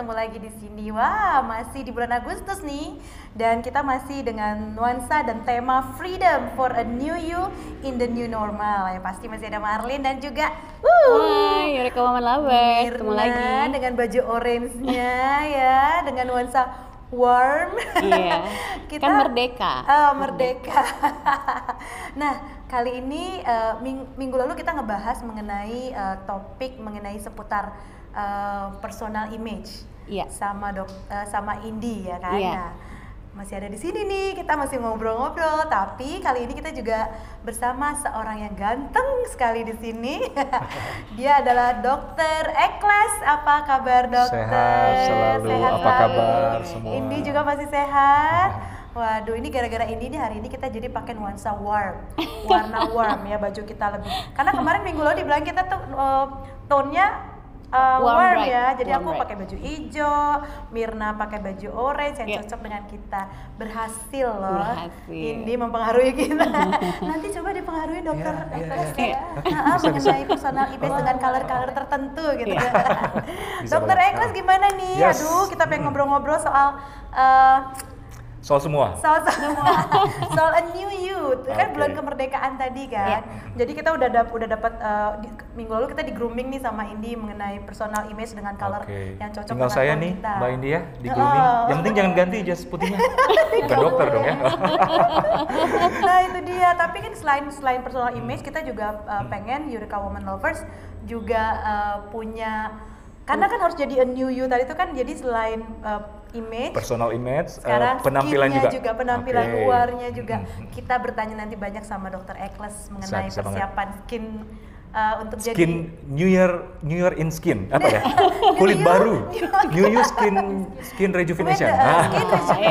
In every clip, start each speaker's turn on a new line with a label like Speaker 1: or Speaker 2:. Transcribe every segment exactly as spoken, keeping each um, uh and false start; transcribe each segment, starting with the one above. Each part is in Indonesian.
Speaker 1: ketemu lagi di sini. Wah, masih di bulan Agustus nih. Dan kita masih dengan nuansa dan tema Freedom for a New You in the New Normal. Yang pasti masih ada Marlin dan juga
Speaker 2: uh, Hai, Eureka Woman Lovers, ketemu lagi
Speaker 1: dengan baju orange-nya ya, dengan nuansa warm.
Speaker 2: Iya. Kita kan merdeka.
Speaker 1: Oh, merdeka. Nah, kali ini uh, ming- minggu lalu kita ngebahas mengenai uh, topik mengenai seputar uh, personal image.
Speaker 2: Iya.
Speaker 1: Sama dok, uh, sama Indi ya kan.
Speaker 2: Iya.
Speaker 1: Nah, masih ada di sini nih, kita masih ngobrol-ngobrol. Tapi kali ini kita juga bersama seorang yang ganteng sekali di sini. Dia adalah Dokter Ekles. Apa kabar dokter?
Speaker 3: Sehat selalu.
Speaker 1: Sehat
Speaker 3: Apa
Speaker 1: selalu.
Speaker 3: kabar semua?
Speaker 1: Indi juga masih sehat. Waduh, ini gara-gara ini nih hari ini kita jadi pakai nuansa warm, warna warm ya baju kita lebih. Karena kemarin minggu lalu dibilang kita tuh uh, tone-nya Uh, warm, warm ya, jadi
Speaker 2: warm
Speaker 1: aku pakai baju hijau, Mirna pakai baju orange yang yeah. cocok dengan kita. Berhasil loh,
Speaker 2: Berhasil.
Speaker 1: Ini mempengaruhi kita. Nanti coba dipengaruhi dokter
Speaker 3: yeah, yeah,
Speaker 1: Ekles
Speaker 3: yeah.
Speaker 1: ya, nah, mengenai personal image dengan color-color tertentu gitu.
Speaker 2: Yeah.
Speaker 1: Dokter Ekles gimana nih?
Speaker 3: Yes.
Speaker 1: Aduh, kita pengen ngobrol-ngobrol soal uh,
Speaker 3: soal semua.
Speaker 1: Soal semua. Soal a new youth. Kan
Speaker 3: Okay.
Speaker 1: bulan kemerdekaan tadi kan. Yeah. Jadi kita udah dap- udah dapat uh, minggu lalu kita di grooming nih sama Indi mengenai personal image dengan color
Speaker 3: okay.
Speaker 1: yang cocok
Speaker 3: Tinggal
Speaker 1: dengan
Speaker 3: saya
Speaker 1: tone
Speaker 3: nih,
Speaker 1: kita.
Speaker 3: Mbak Indi ya, di grooming.
Speaker 1: Oh.
Speaker 3: Yang penting jangan ganti jas putihnya. Bukan dokter dong ya.
Speaker 1: Nah, itu dia. Tapi kan selain selain personal image, kita juga uh, pengen Eureka Woman Lovers juga uh, punya, karena kan harus jadi a new you tadi itu kan, jadi selain uh, image,
Speaker 3: personal image,
Speaker 1: sekarang
Speaker 3: uh, penampilan juga.
Speaker 1: juga penampilan
Speaker 3: Okay.
Speaker 1: luarnya juga.
Speaker 3: Mm-hmm.
Speaker 1: Kita bertanya nanti banyak sama Dokter Ekles mengenai
Speaker 3: Bisa, bisa
Speaker 1: persiapan banget. skin uh, untuk
Speaker 3: Skin
Speaker 1: jadi
Speaker 3: New Year, New Year in skin, apa ya? Kulit
Speaker 1: New
Speaker 3: baru,
Speaker 1: New
Speaker 3: New Year skin skin rejuvenation.
Speaker 1: With, uh,
Speaker 3: Ah.
Speaker 1: skin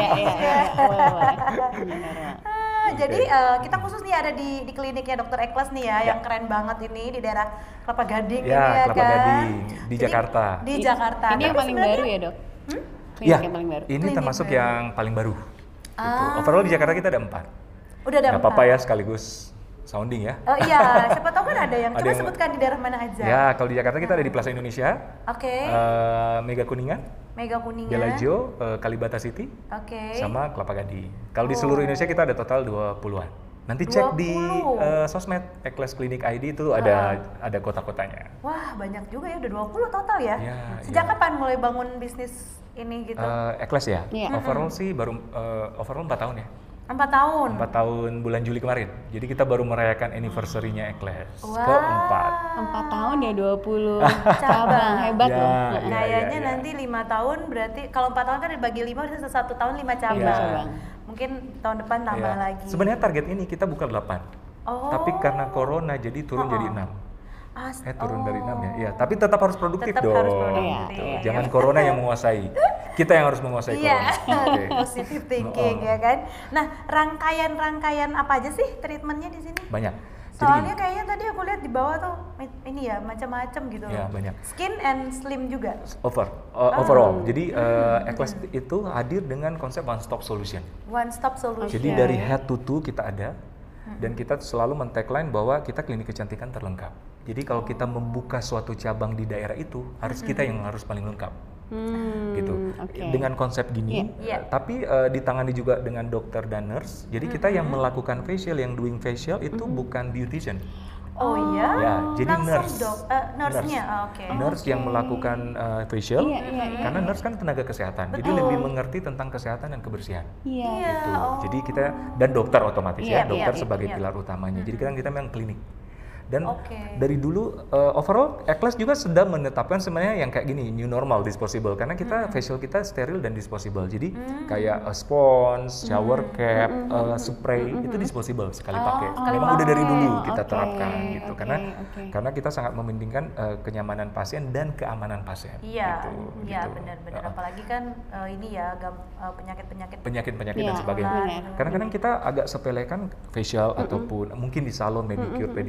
Speaker 1: Ah, jadi uh, kita khusus nih ada di di kliniknya Dokter Ekles nih ya,
Speaker 3: Ya.
Speaker 1: yang keren banget ini di daerah Kelapa Gading
Speaker 3: Ya,
Speaker 1: ini ya
Speaker 3: Kelapa
Speaker 1: kan.
Speaker 3: Gading, di
Speaker 1: Jadi,
Speaker 3: Jakarta.
Speaker 1: Di Jakarta.
Speaker 2: Ini
Speaker 1: Tapi
Speaker 2: yang paling
Speaker 1: sebenarnya-
Speaker 2: baru ya dok?
Speaker 1: Hmm?
Speaker 3: Ya,
Speaker 2: Yang paling baru.
Speaker 3: ini
Speaker 1: Klinik
Speaker 3: termasuk
Speaker 1: baru.
Speaker 3: yang paling baru.
Speaker 1: Ah.
Speaker 3: Gitu. Overall di Jakarta kita ada empat.
Speaker 1: Udah ada
Speaker 3: Nggak apa-apa
Speaker 1: empat.
Speaker 3: ya, sekaligus sounding ya.
Speaker 1: Oh iya, siapa tahu kan ada yang.
Speaker 3: Ada
Speaker 1: Coba
Speaker 3: yang-
Speaker 1: sebutkan di daerah mana aja.
Speaker 3: Ya, kalau di Jakarta kita ada di Plaza Indonesia,
Speaker 1: Oke.
Speaker 3: eh, Mega Kuningan,
Speaker 1: Mega Kuningan.
Speaker 3: Bellagio, eh, Kalibata City,
Speaker 1: Oke.
Speaker 3: sama Kelapa Gading. Kalau di
Speaker 1: Oh.
Speaker 3: seluruh Indonesia kita ada total dua puluhan. Nanti cek di
Speaker 1: dua puluh.
Speaker 3: eh, sosmed Ekles Klinik I D itu ada ada kota-kotanya.
Speaker 1: Wah, banyak juga ya, udah dua puluh total ya.
Speaker 3: Ya,
Speaker 1: Sejak
Speaker 3: ya.
Speaker 1: kapan mulai bangun bisnis ini gitu?
Speaker 3: Eh, Ekles ya,
Speaker 2: Iya.
Speaker 3: overall sih baru eh, overall empat tahun ya.
Speaker 1: Empat tahun.
Speaker 3: empat tahun bulan Juli kemarin. Jadi kita baru merayakan anniversary-nya Ekles
Speaker 1: Wah.
Speaker 3: keempat.
Speaker 2: Empat tahun ya dua puluh cabang, hebat
Speaker 3: Ya,
Speaker 2: loh.
Speaker 3: iya.
Speaker 1: Kayaknya
Speaker 3: iya.
Speaker 1: nanti lima tahun berarti kalau empat tahun kan dibagi lima berarti satu tahun lima cabang.
Speaker 3: Iya.
Speaker 2: cabang.
Speaker 1: Mungkin tahun depan tambah
Speaker 3: Ya.
Speaker 1: lagi.
Speaker 3: Sebenarnya target ini kita buka delapan.
Speaker 1: Oh.
Speaker 3: Tapi karena corona jadi turun
Speaker 1: Oh.
Speaker 3: jadi enam.
Speaker 1: As-
Speaker 3: Eh turun
Speaker 1: oh.
Speaker 3: dari enam ya. Iya, tapi tetap harus produktif
Speaker 1: Tetap
Speaker 3: dong.
Speaker 1: harus produktif.
Speaker 3: Gitu.
Speaker 1: Iya,
Speaker 3: Jangan
Speaker 1: iya.
Speaker 3: corona yang menguasai. Kita yang harus menguasai
Speaker 1: Iya,
Speaker 3: corona. Oke.
Speaker 1: positive thinking
Speaker 3: Oh.
Speaker 1: ya kan. Nah, rangkaian-rangkaian apa aja sih treatmentnya di sini?
Speaker 3: Banyak.
Speaker 1: Soalnya
Speaker 3: Jadi,
Speaker 1: kayaknya tadi aku lihat di bawah tuh ini ya macam-macam gitu.
Speaker 3: Ya, banyak.
Speaker 1: Skin and slim juga.
Speaker 3: over
Speaker 1: Oh.
Speaker 3: uh, overall. Jadi uh, Ekles itu hadir dengan konsep one stop solution.
Speaker 1: One stop solution.
Speaker 3: Jadi
Speaker 2: Oke.
Speaker 3: dari head to toe kita ada, dan kita selalu men-tagline bahwa kita klinik kecantikan terlengkap. Jadi kalau kita membuka suatu cabang di daerah itu, harus kita yang harus paling lengkap.
Speaker 2: Hmm,
Speaker 3: Gitu.
Speaker 2: oke.
Speaker 3: Dengan konsep gini,
Speaker 1: Iya.
Speaker 3: uh, tapi uh, ditangani juga dengan dokter dan nurse. Jadi kita yang melakukan facial, yang doing facial itu bukan beautician.
Speaker 1: Oh iya.
Speaker 3: Ya, jadi
Speaker 1: Langsung
Speaker 3: nurse.
Speaker 1: dok, eh, nurse-nya.
Speaker 3: Nurse.
Speaker 1: Oh, oke.
Speaker 3: Nurse yang melakukan uh, facial,
Speaker 2: Iya, iya, iya.
Speaker 3: karena nurse kan tenaga kesehatan, jadi
Speaker 1: Betul.
Speaker 3: lebih mengerti tentang kesehatan dan kebersihan.
Speaker 2: Iya.
Speaker 1: Iya.
Speaker 3: Gitu.
Speaker 1: oh.
Speaker 3: Jadi kita dan dokter otomatis
Speaker 1: Iya,
Speaker 3: ya, dokter
Speaker 1: iya,
Speaker 3: sebagai
Speaker 1: iya.
Speaker 3: pilar utamanya. Jadi kan kita memang klinik. Dan
Speaker 1: Oke.
Speaker 3: dari dulu uh, overall Ekles juga sedang menetapkan sebenarnya yang kayak gini, new normal disposable, karena kita facial kita steril dan disposable. Jadi kayak uh, spons, shower cap, uh, spray itu disposable sekali
Speaker 1: Oh,
Speaker 3: pakai.
Speaker 1: sekali
Speaker 3: Memang udah dari
Speaker 1: pakai.
Speaker 3: dulu kita
Speaker 2: Oke,
Speaker 3: terapkan gitu,
Speaker 2: oke,
Speaker 3: karena
Speaker 2: oke.
Speaker 3: karena kita sangat mementingkan uh, kenyamanan pasien dan keamanan pasien.
Speaker 1: Iya,
Speaker 3: gitu,
Speaker 1: iya
Speaker 3: gitu.
Speaker 1: benar-benar.
Speaker 3: Uh,
Speaker 1: Apalagi kan eh, ini ya gam- eh, penyakit-penyakit.
Speaker 3: penyakit-penyakit dan
Speaker 2: Iya,
Speaker 3: sebagainya.
Speaker 2: benar.
Speaker 3: Kadang-kadang kita agak sepelekan facial ataupun mungkin di salon, manicure, pedicure.
Speaker 1: Iya, iya,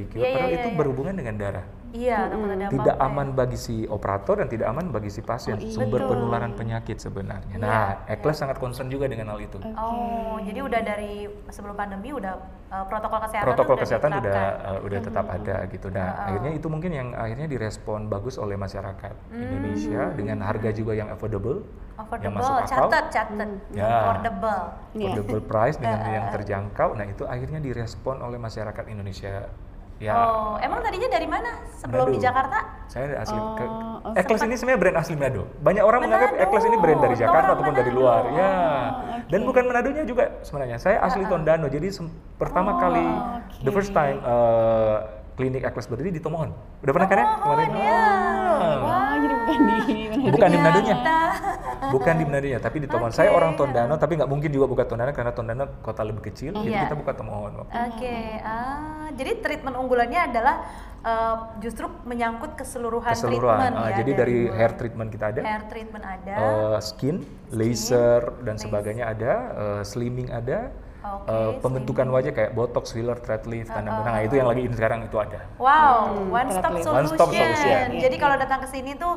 Speaker 3: karena
Speaker 1: iya,
Speaker 3: itu
Speaker 1: iya.
Speaker 3: berhubungan dengan darah.
Speaker 1: Iya, takut ada
Speaker 3: Tidak
Speaker 1: apa-apa ya.
Speaker 3: aman bagi si operator dan tidak aman bagi si pasien.
Speaker 2: Oh, iya.
Speaker 3: Sumber
Speaker 1: Betul.
Speaker 3: penularan penyakit sebenarnya.
Speaker 1: Iya,
Speaker 3: Nah,
Speaker 1: iya.
Speaker 3: Ekles sangat concern juga dengan hal itu.
Speaker 1: Oh, jadi udah dari sebelum pandemi udah uh, protokol kesehatan
Speaker 3: Protokol
Speaker 1: udah
Speaker 3: kesehatan udah
Speaker 1: diterapkan.
Speaker 3: uh, udah tetap ada gitu. Nah, akhirnya itu mungkin yang akhirnya direspon bagus oleh masyarakat Indonesia dengan harga juga yang affordable, yang masuk
Speaker 1: Affordable,
Speaker 3: akal.
Speaker 1: catat, catat.
Speaker 3: Ya.
Speaker 1: Affordable.
Speaker 2: Iya.
Speaker 3: Affordable price dengan yang terjangkau. Nah, itu akhirnya direspon oleh masyarakat Indonesia. Ya,
Speaker 1: Oh, emang tadinya dari mana? Sebelum di
Speaker 3: Manado.
Speaker 1: Jakarta?
Speaker 3: Saya asli ke,
Speaker 2: Oh, oh,
Speaker 3: Ekles ini sebenarnya brand asli Manado. Banyak orang menganggap
Speaker 1: Manado.
Speaker 3: Ekles ini brand dari Jakarta
Speaker 1: Orang
Speaker 3: ataupun dari
Speaker 1: Manado.
Speaker 3: luar. Ya.
Speaker 2: oke.
Speaker 3: Dan bukan Manadonya juga sebenarnya. Saya asli Tondano. Jadi sem- pertama
Speaker 1: Oh,
Speaker 3: kali
Speaker 2: oke.
Speaker 3: the first time uh, klinik Ekles berdiri di Tomohon. Udah pernah kan ya kemarin?
Speaker 1: iya.
Speaker 3: Ah.
Speaker 2: Oh, jadi bukan di mana?
Speaker 3: Bukan di Manadonya.
Speaker 1: Ternyata.
Speaker 3: Bukan di Manadonya, tapi di Tomohon. Saya orang Tondano, tapi nggak mungkin juga buka Tondano karena Tondano kota lebih kecil. Jadi
Speaker 1: Iya.
Speaker 3: kita buka Tomohon. waktu itu.
Speaker 1: Oke, ah, jadi treatment unggulannya adalah uh, justru menyangkut keseluruhan,
Speaker 3: Keseluruhan.
Speaker 1: treatment
Speaker 3: Ah,
Speaker 1: ya.
Speaker 3: jadi dari
Speaker 1: mulai
Speaker 3: hair treatment kita ada.
Speaker 1: hair treatment ada.
Speaker 3: Uh, skin, laser dan
Speaker 1: laser.
Speaker 3: sebagainya ada, uh, slimming ada,
Speaker 1: Oke,
Speaker 3: uh, pembentukan wajah kayak botox, filler, thread lift, tanda benang. Nah, itu yang lagi in sekarang itu ada.
Speaker 1: Wow, one
Speaker 2: berat
Speaker 1: stop
Speaker 2: nih.
Speaker 1: solution.
Speaker 3: One stop solution.
Speaker 1: Jadi kalau datang ke sini tuh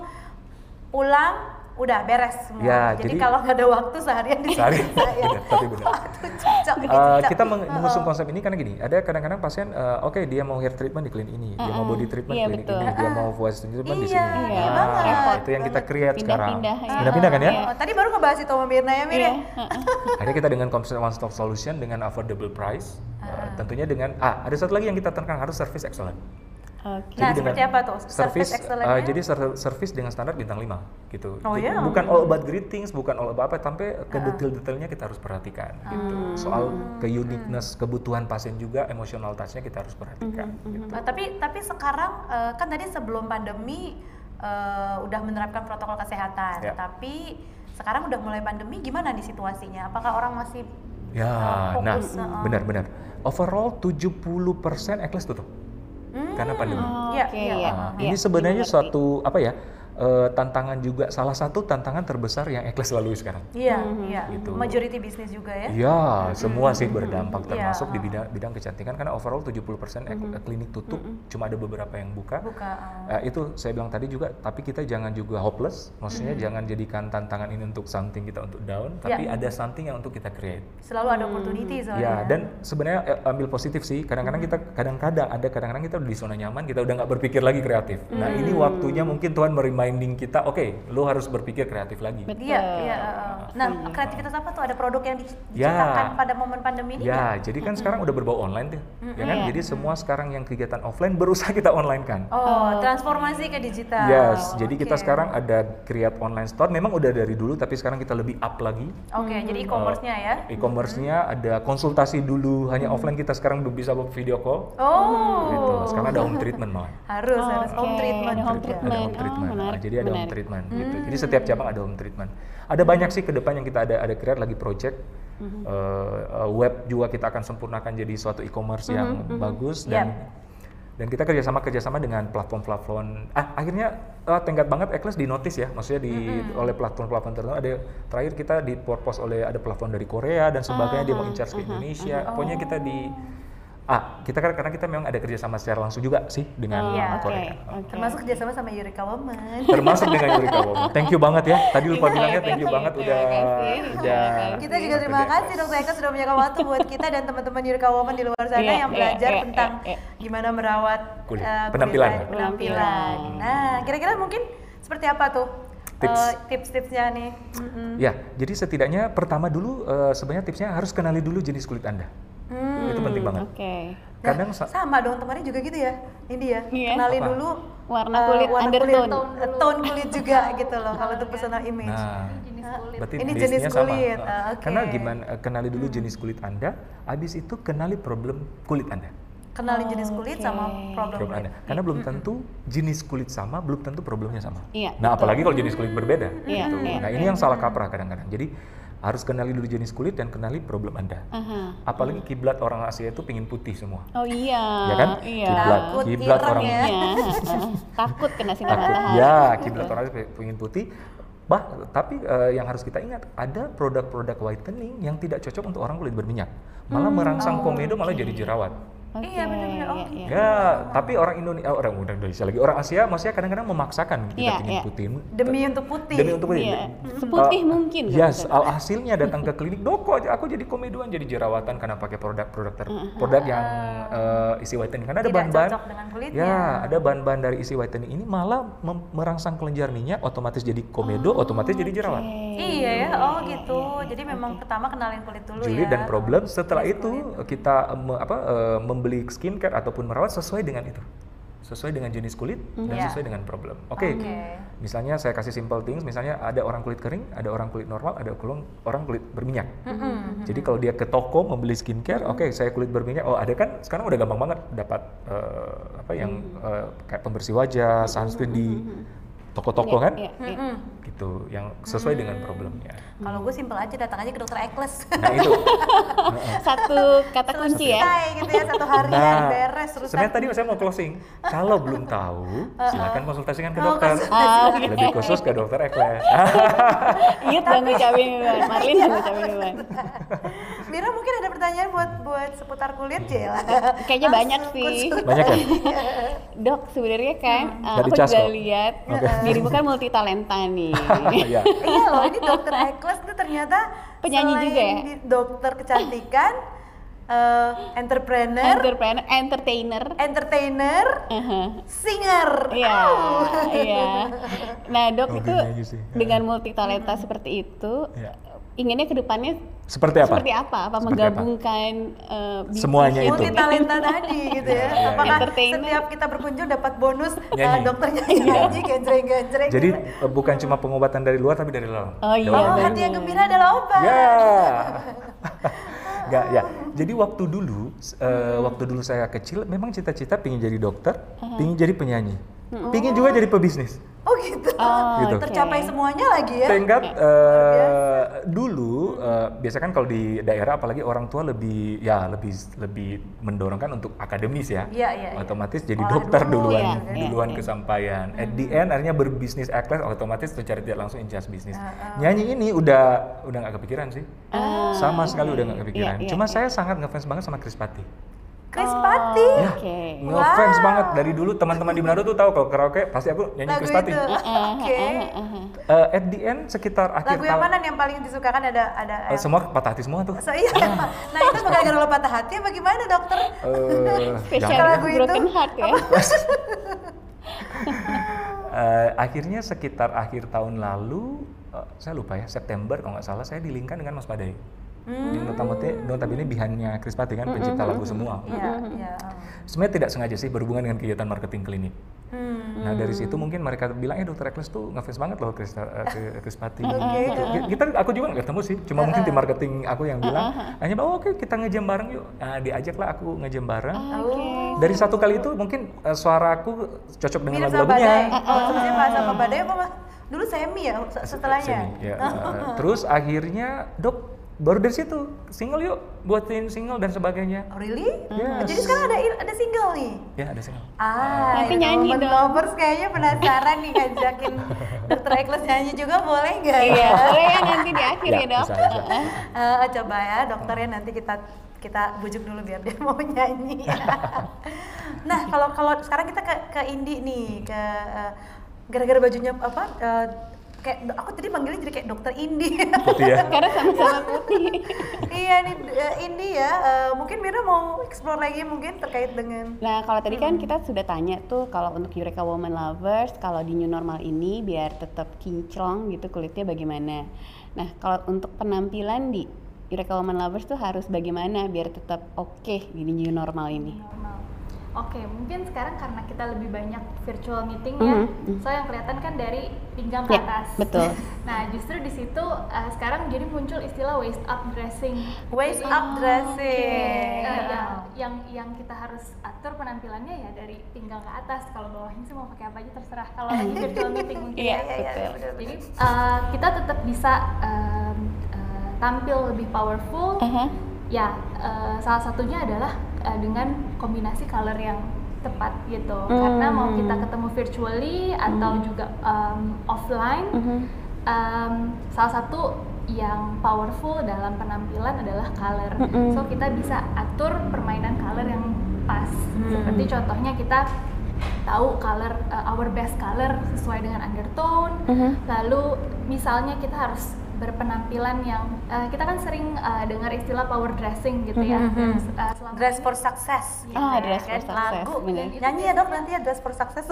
Speaker 1: pulang udah beres semua.
Speaker 3: Ya,
Speaker 1: jadi,
Speaker 3: jadi-
Speaker 1: kalau nggak ada waktu seharian di
Speaker 3: Sehari,
Speaker 1: sini saya.
Speaker 3: benar, tapi benar.
Speaker 1: Aduh, cocok ini,
Speaker 3: Uh,
Speaker 1: cocok.
Speaker 3: kita meng- mengusung konsep ini karena gini, ada kadang-kadang pasien, uh, oke dia mau hair treatment di klinik ini, dia mau body treatment
Speaker 2: Iya,
Speaker 3: klinik
Speaker 2: betul.
Speaker 3: ini, dia mau voice treatment di
Speaker 1: Iya,
Speaker 3: sini.
Speaker 1: iya
Speaker 3: Nah,
Speaker 1: banget.
Speaker 3: itu yang kita create sekarang.
Speaker 2: Pindah-pindah, ya.
Speaker 3: Pindah-pindah kan ya?
Speaker 1: Oh, tadi baru ngebahas itu sama Mirna ya, Mir
Speaker 2: Iya.
Speaker 1: ya?
Speaker 3: Akhirnya kita dengan konsep one stop solution dengan affordable price, uh, tentunya dengan ah ada satu lagi yang kita tekankan harus service excellent.
Speaker 2: Oke.
Speaker 1: Nah,
Speaker 3: Jadi
Speaker 1: seperti
Speaker 3: dengan
Speaker 1: apa tuh?
Speaker 3: Service,
Speaker 1: Service excellent-nya?
Speaker 3: uh, jadi ser- service dengan standar bintang lima gitu.
Speaker 1: Oh,
Speaker 3: Jadi
Speaker 1: iya?
Speaker 3: bukan all about greetings, bukan all about apa, sampai ke detail-detailnya kita harus perhatikan gitu. Soal ke uniqueness, kebutuhan pasien juga, emotional touch-nya kita harus perhatikan gitu.
Speaker 1: Uh, tapi tapi sekarang uh, kan tadi sebelum pandemi uh, udah menerapkan protokol kesehatan,
Speaker 3: Ya.
Speaker 1: tapi sekarang udah mulai pandemi gimana nih situasinya? Apakah orang masih
Speaker 3: Ya,
Speaker 1: uh,
Speaker 3: nah
Speaker 1: fokus? uh,
Speaker 3: benar-benar. Overall tujuh puluh persen Ekles tutup karena pandemi.
Speaker 2: Oh,
Speaker 1: Iya,
Speaker 2: Oke,
Speaker 1: iya.
Speaker 2: iya.
Speaker 3: Nah,
Speaker 2: Iya,
Speaker 3: ini sebenarnya
Speaker 2: ngerti.
Speaker 3: suatu apa ya eh, tantangan juga, salah satu tantangan terbesar yang Ekles lalui sekarang.
Speaker 1: Iya, iya.
Speaker 3: Gitu.
Speaker 1: Majority bisnis juga ya.
Speaker 3: Ya, semua sih berdampak
Speaker 1: Iya.
Speaker 3: termasuk di bidang bidang kecantikan karena overall tujuh puluh persen ek- klinik tutup, cuma ada beberapa yang buka.
Speaker 1: Buka. uh,
Speaker 3: Eh, itu saya bilang tadi juga, tapi kita jangan juga hopeless, maksudnya jangan jadikan tantangan ini untuk something kita untuk down, tapi
Speaker 1: Ya.
Speaker 3: ada something yang untuk kita create.
Speaker 1: Selalu ada opportunity soalnya.
Speaker 3: Ya, dan sebenarnya eh, ambil positif sih. Kadang-kadang kita kadang-kadang ada kadang-kadang kita udah di zona nyaman, kita udah nggak berpikir lagi kreatif. Nah, ini waktunya mungkin Tuhan mereminding kita, oke, lo harus berpikir kreatif lagi.
Speaker 2: Betul.
Speaker 1: Iya, iya. uh, Nah, kreativitas apa tuh? Ada produk yang dic-
Speaker 3: Ya.
Speaker 1: diciptakan pada momen pandemi ini?
Speaker 3: Ya, jadi kan sekarang udah berbau online tuh, ya kan?
Speaker 2: Iya.
Speaker 3: Jadi semua sekarang yang kegiatan offline berusaha kita online kan.
Speaker 1: Oh, transformasi ke digital.
Speaker 3: Yes, jadi kita
Speaker 1: Oke.
Speaker 3: sekarang ada create online store. Memang udah dari dulu, tapi sekarang kita lebih up lagi.
Speaker 1: Oke, jadi e-commerce-nya ya.
Speaker 3: E-commerce-nya ada konsultasi dulu hanya offline, kita sekarang udah bisa video call.
Speaker 1: Oh,
Speaker 3: Gitu. Sekarang ada home treatment malah.
Speaker 1: harus harus
Speaker 2: Oke,
Speaker 1: home treatment.
Speaker 2: ada home
Speaker 1: juga.
Speaker 2: treatment.
Speaker 3: Ada home
Speaker 2: Oh,
Speaker 3: treatment. Nah,
Speaker 2: menarik,
Speaker 3: jadi ada home
Speaker 2: menarik.
Speaker 3: treatment gitu. Jadi setiap cabang ada home treatment. Ada banyak sih ke depan yang kita ada ada create lagi project. Eh, eh, web juga kita akan sempurnakan jadi suatu e-commerce yang bagus dan dan kita kerjasama kerjasama dengan platform-platform. Ah, akhirnya ah, tenggat banget Ekles di notice ya, maksudnya di oleh platform-platform tertentu. Ada terakhir kita di purpose oleh ada platform dari Korea dan sebagainya, dia mau in charge ke Indonesia. Pokoknya kita di ah kita kan karena kita memang ada kerjasama secara langsung juga sih dengan
Speaker 1: Iya.
Speaker 3: Korea.
Speaker 2: Oke.
Speaker 1: Termasuk kerjasama sama Eureka Woman.
Speaker 3: Termasuk dengan Yurika Woman. Thank you banget ya. Tadi lupa
Speaker 2: Iya,
Speaker 3: bilangnya thank you
Speaker 2: thank you,
Speaker 3: banget
Speaker 2: terima
Speaker 3: udah
Speaker 2: kasih,
Speaker 3: udah.
Speaker 2: terima
Speaker 1: Kita juga terima kasih Dokter Eka sudah menyediakan waktu buat kita dan teman-teman Eureka Woman di luar sana
Speaker 2: Iya,
Speaker 1: yang
Speaker 2: iya,
Speaker 1: belajar
Speaker 2: iya,
Speaker 1: tentang
Speaker 2: iya, iya.
Speaker 1: gimana merawat
Speaker 3: Kulit.
Speaker 1: eh,
Speaker 3: Penampilan.
Speaker 1: kulit, penampilan. Nah, kira-kira mungkin seperti apa tuh
Speaker 3: Tips.
Speaker 1: eh, tips-tipsnya nih? Mm-mm.
Speaker 3: Ya, jadi setidaknya pertama dulu eh, sebenarnya tipsnya harus kenali dulu jenis kulit Anda.
Speaker 1: Hmm.
Speaker 3: Itu penting banget.
Speaker 2: Oke.
Speaker 3: Kadang
Speaker 1: Nah,
Speaker 3: sa-
Speaker 1: sama dong kemarin juga gitu ya, ini ya,
Speaker 2: Iya.
Speaker 1: kenalin
Speaker 3: Apa?
Speaker 1: dulu
Speaker 2: Warna
Speaker 1: eh,
Speaker 2: kulit,
Speaker 1: warna
Speaker 2: undertone.
Speaker 1: kulit, eh, tone kulit juga gitu loh kalau untuk personal image.
Speaker 3: Nah,
Speaker 1: Ah,
Speaker 3: berarti
Speaker 1: ini
Speaker 3: base-nya
Speaker 1: jenis
Speaker 3: sama.
Speaker 1: kulit.
Speaker 3: Nah,
Speaker 1: Ah, oke.
Speaker 3: Karena gimana eh, kenali dulu jenis kulit Anda, habis itu kenali problem kulit Anda.
Speaker 1: Kenalin jenis kulit sama
Speaker 2: Oke.
Speaker 1: problem
Speaker 3: Problem
Speaker 1: kulit.
Speaker 3: Anda. Karena belum tentu jenis kulit sama, belum tentu problemnya sama.
Speaker 2: Iya,
Speaker 3: Nah, apalagi kalau jenis kulit berbeda.
Speaker 2: Iya,
Speaker 3: gitu.
Speaker 2: iya,
Speaker 3: Nah, ini yang salah kaprah kadang-kadang. Jadi harus kenali dulu jenis kulit dan kenali problem Anda.
Speaker 2: Aha.
Speaker 3: Apalagi kiblat orang Asia itu pingin putih semua.
Speaker 2: Oh iya.
Speaker 3: Ya kan?
Speaker 2: Iya.
Speaker 3: Kiblat,
Speaker 1: Takut
Speaker 3: kiblat
Speaker 1: ireng
Speaker 3: orang
Speaker 1: ya.
Speaker 2: Iya, heeh. Takut kena sinar
Speaker 3: takut.
Speaker 2: matahari.
Speaker 3: Ya, kiblat orang Asia pingin putih. Bah, tapi eh, yang harus kita ingat ada produk-produk whitening yang tidak cocok untuk orang kulit berminyak. Malah merangsang komedo, malah jadi jerawat.
Speaker 2: Oke,
Speaker 1: Iya benar-benar. Oh
Speaker 2: iya,
Speaker 1: gitu.
Speaker 2: iya.
Speaker 3: Ya, tapi orang Indonesia, orang udah Indonesia lagi, orang Asia maksudnya kadang-kadang memaksakan kita
Speaker 2: Iya,
Speaker 3: ingin
Speaker 2: iya.
Speaker 3: putih.
Speaker 1: Demi untuk putih.
Speaker 3: Demi untuk putih.
Speaker 2: Iya, seputih
Speaker 3: Uh,
Speaker 2: mungkin kan
Speaker 3: Yes,
Speaker 2: maksudnya.
Speaker 3: alhasilnya datang ke klinik, dok kok aku jadi komedoan, jadi jerawatan karena pakai produk-produk ter- produk yang uh, isi whitening. Karena ada
Speaker 1: Tidak
Speaker 3: bahan-bahan,
Speaker 1: cocok dengan kulitnya.
Speaker 3: ya ada bahan-bahan dari isi whitening ini malah mem- merangsang kelenjar minyak, otomatis jadi komedo, otomatis jadi jerawat.
Speaker 1: Iya ya, oh
Speaker 2: Iya,
Speaker 1: gitu.
Speaker 2: iya, iya.
Speaker 1: Jadi memang pertama kenalin kulit dulu
Speaker 3: Juli
Speaker 1: ya.
Speaker 3: dan problem. Setelah
Speaker 1: Jenis
Speaker 3: itu
Speaker 1: kulit.
Speaker 3: kita uh, me- apa uh, membeli skincare ataupun merawat sesuai dengan itu, sesuai dengan jenis kulit dan
Speaker 1: Iya.
Speaker 3: sesuai dengan problem. Oke,
Speaker 1: Oke.
Speaker 3: misalnya saya kasih simple things. Misalnya ada orang kulit kering, ada orang kulit normal, ada kulung- orang kulit berminyak.
Speaker 1: Mm-mm.
Speaker 3: Jadi kalau dia ke toko membeli skincare, oke saya kulit berminyak. Oh ada kan sekarang udah gampang banget dapat uh, apa yang uh, kayak pembersih wajah, sunscreen di toko-toko kan,
Speaker 2: Iya, iya.
Speaker 1: Mm-mm.
Speaker 3: gitu, yang sesuai dengan problemnya.
Speaker 1: Kalau gue simpel aja, datang aja ke dokter Ekles.
Speaker 3: Nah itu.
Speaker 2: Satu kata kunci ya.
Speaker 1: Selesai gitu ya, satu hari
Speaker 3: Nah,
Speaker 1: beres urusan.
Speaker 3: sebenarnya tadi saya mau closing. Kalau belum tahu, silakan konsultasikan ke
Speaker 1: Oh,
Speaker 3: dokter.
Speaker 2: Ah, oke.
Speaker 3: Lebih khusus ke dokter Ekles.
Speaker 2: Ingat gak ngucapin duluan, Marlin gak ngucapin duluan.
Speaker 1: Mira mungkin ada pertanyaan buat buat seputar kulit ya.
Speaker 2: Kayaknya banyak sih.
Speaker 3: Banyak ya?
Speaker 2: Dok, sebenarnya kan uh,
Speaker 3: Nggak
Speaker 2: aku
Speaker 3: dicas
Speaker 2: juga
Speaker 3: kok.
Speaker 2: lihat
Speaker 3: Oke.
Speaker 2: dirimu kan multi talenta nih.
Speaker 3: Iya.
Speaker 1: Iya loh, ini dokter Ekles tuh ternyata
Speaker 2: Penyanyi
Speaker 1: selain
Speaker 2: juga ya?
Speaker 1: di- dokter kecantikan, eh, entrepreneur,
Speaker 2: Entrepreneur, entertainer.
Speaker 1: entertainer,
Speaker 2: Uh-huh.
Speaker 1: singer.
Speaker 2: Iya, iya. Nah, dok itu
Speaker 3: Hobinya aja sih.
Speaker 2: dengan multi talenta seperti itu,
Speaker 3: Iya.
Speaker 2: inginnya kedepannya
Speaker 3: Seperti apa?
Speaker 2: seperti apa? Apa
Speaker 3: Seperti
Speaker 2: menggabungkan eh, bisnis
Speaker 3: Semuanya itu.
Speaker 1: Multi talenta tadi gitu ya.
Speaker 3: Iya, iya,
Speaker 1: Apakah
Speaker 2: iya. Entertainer.
Speaker 1: setiap kita berkunjung dapat bonus eh,
Speaker 3: Nyanyi.
Speaker 1: dokter nyanyi-nyanyi, genjreng-genjreng.
Speaker 3: Jadi
Speaker 1: gitu.
Speaker 3: eh, bukan cuma pengobatan dari luar tapi dari dalam.
Speaker 2: Oh iya,
Speaker 3: Dalam.
Speaker 1: Oh,
Speaker 2: benar.
Speaker 1: hati yang gembira adalah obat.
Speaker 3: Ya. Enggak ya. Jadi waktu dulu, eh, waktu dulu saya kecil, memang cita-cita pingin jadi dokter, pingin jadi penyanyi, pingin juga jadi pebisnis.
Speaker 1: Oh gitu.
Speaker 2: Oh,
Speaker 3: Gitu.
Speaker 2: oke.
Speaker 1: Tercapai semuanya lagi ya.
Speaker 3: Thank God, eh, dulu eh, biasa kan kalau di daerah apalagi orang tua lebih ya lebih lebih mendorongkan untuk akademis ya.
Speaker 1: Iya, iya, iya.
Speaker 3: Otomatis jadi
Speaker 1: Sekolah
Speaker 3: dokter
Speaker 1: dulu,
Speaker 3: duluan,
Speaker 2: iya, iya,
Speaker 3: duluan
Speaker 2: iya.
Speaker 3: kesampaian. At the end akhirnya berbisnis Ekles otomatis secara tidak langsung in just bisnis. Nyanyi ini udah udah nggak kepikiran sih. Sama sekali udah nggak kepikiran.
Speaker 2: Iya, iya,
Speaker 3: Cuma
Speaker 2: iya.
Speaker 3: saya sangat ngefans banget sama Chris Patti.
Speaker 1: Chris Patti.
Speaker 3: Ya,
Speaker 2: Oke.
Speaker 3: ngefans
Speaker 1: Wow.
Speaker 3: banget dari dulu teman-teman di Manado tuh tahu kalau karaoke pasti aku nyanyi
Speaker 1: Lagu
Speaker 3: Chris Patti.
Speaker 1: itu. Oke.
Speaker 3: Eh, at the end sekitar akhir
Speaker 1: Lagu yang
Speaker 3: tahun
Speaker 1: mana nih yang paling disukakan ada ada
Speaker 3: eh, semua patah hati semua tuh.
Speaker 1: So, iya. Nah, itu gara-gara lo patah hati apa gimana, dokter?
Speaker 3: Eh,
Speaker 2: Spesial
Speaker 3: jangan
Speaker 1: lagu
Speaker 3: ya.
Speaker 1: itu.
Speaker 2: broken heart ya.
Speaker 3: Eh, akhirnya sekitar akhir tahun lalu, eh, saya lupa ya September kalau nggak salah saya dilingkan dengan Mas Padai. Yang notabene, notabene bihannya Chris Patti kan pencipta lagu semua.
Speaker 1: Iya, iya.
Speaker 3: Sebenarnya tidak sengaja sih berhubungan dengan kegiatan marketing klinik.
Speaker 1: Hmm.
Speaker 3: Nah dari situ mungkin mereka bilang, eh dokter Ekles tuh ngefans banget loh Chris, eh, ke- Chris Patti.
Speaker 1: Oke.
Speaker 3: Gitu. Kita, aku juga nggak ketemu sih, cuma mungkin tim marketing aku yang bilang, hanya oh, oke kita ngejam bareng yuk. Nah, diajaklah aku ngejam bareng.
Speaker 1: Oh.
Speaker 3: Dari satu kali itu mungkin eh, suara aku cocok dengan
Speaker 1: Mirip sama Badai.
Speaker 3: lagu-lagunya.
Speaker 1: Oh, sebenarnya Pak sama Badai apa Mas? Dulu Semi ya se- setelahnya.
Speaker 3: Semi, ya. Eh, terus akhirnya dok baru dari situ single yuk buatin single dan sebagainya.
Speaker 1: Oh, really?
Speaker 3: Yes.
Speaker 1: Jadi sekarang ada ada single nih.
Speaker 3: Ya ada single.
Speaker 1: Ah,
Speaker 2: Nanti
Speaker 1: ini
Speaker 2: nyanyi
Speaker 1: Woman
Speaker 2: dong.
Speaker 1: Lovers kayaknya penasaran nih ngajakin dokter Ekles nyanyi juga boleh nggak ya?
Speaker 2: Iya, boleh ya nanti di akhir ya, dok.
Speaker 3: bisa, bisa.
Speaker 1: Eh, coba ya dokternya nanti kita kita bujuk dulu biar dia mau nyanyi. Nah kalau kalau sekarang kita ke ke Indi nih ke eh, gara-gara bajunya apa? eh, kayak aku tadi manggilnya jadi kayak dokter Indi.
Speaker 3: Putih ya.
Speaker 2: Karena sama-sama putih.
Speaker 1: Iya nih eh, Indi ya. eh, mungkin Mira mau explore lagi mungkin terkait dengan
Speaker 2: Nah, kalau tadi kan kita sudah tanya tuh kalau untuk Eureka Woman Lovers, kalau di new normal ini biar tetap kinclong gitu kulitnya bagaimana. Nah, kalau untuk penampilan di Eureka Woman Lovers tuh harus bagaimana biar tetap oke di new normal ini.
Speaker 4: Normal. Oke, mungkin sekarang karena kita lebih banyak virtual meeting ya,
Speaker 2: Mhm.
Speaker 4: so yang kelihatan kan dari pinggang ke
Speaker 2: Ya,
Speaker 4: atas.
Speaker 2: betul.
Speaker 4: Nah, justru di situ uh, sekarang jadi muncul istilah waist up dressing.
Speaker 1: waist
Speaker 4: Jadi,
Speaker 1: up dressing.
Speaker 4: uh, yang yang yang kita harus atur penampilannya ya dari pinggang ke atas. Kalau bawahnya sih mau pakai apa aja terserah. Kalau lagi virtual meeting mungkin.
Speaker 2: Iya,
Speaker 4: ya.
Speaker 1: Iya, iya,
Speaker 2: betul.
Speaker 1: betul,
Speaker 4: Jadi
Speaker 1: betul.
Speaker 4: uh, kita tetap bisa um, uh, tampil lebih powerful.
Speaker 2: Aha.
Speaker 4: Ya, uh, salah satunya adalah uh, dengan kombinasi color yang tepat gitu.
Speaker 2: Hmm.
Speaker 4: Karena mau kita ketemu virtually atau juga um, offline,
Speaker 2: Mhm.
Speaker 4: um, salah satu yang powerful dalam penampilan adalah color.
Speaker 2: Mm-mm.
Speaker 4: So kita bisa atur permainan color yang pas. Seperti contohnya kita tahu color uh, our best color sesuai dengan undertone.
Speaker 2: Mhm.
Speaker 4: Lalu misalnya kita harus berpenampilan yang uh, kita kan sering uh, dengar istilah power dressing gitu ya. Dan, uh, selama
Speaker 1: Dress
Speaker 4: ini-
Speaker 1: for success.
Speaker 4: Iya,
Speaker 2: Ah, dress for
Speaker 1: Kan
Speaker 2: success,
Speaker 1: lagu.
Speaker 2: bener.
Speaker 1: Nyanyi ya dok nanti ya dress for success.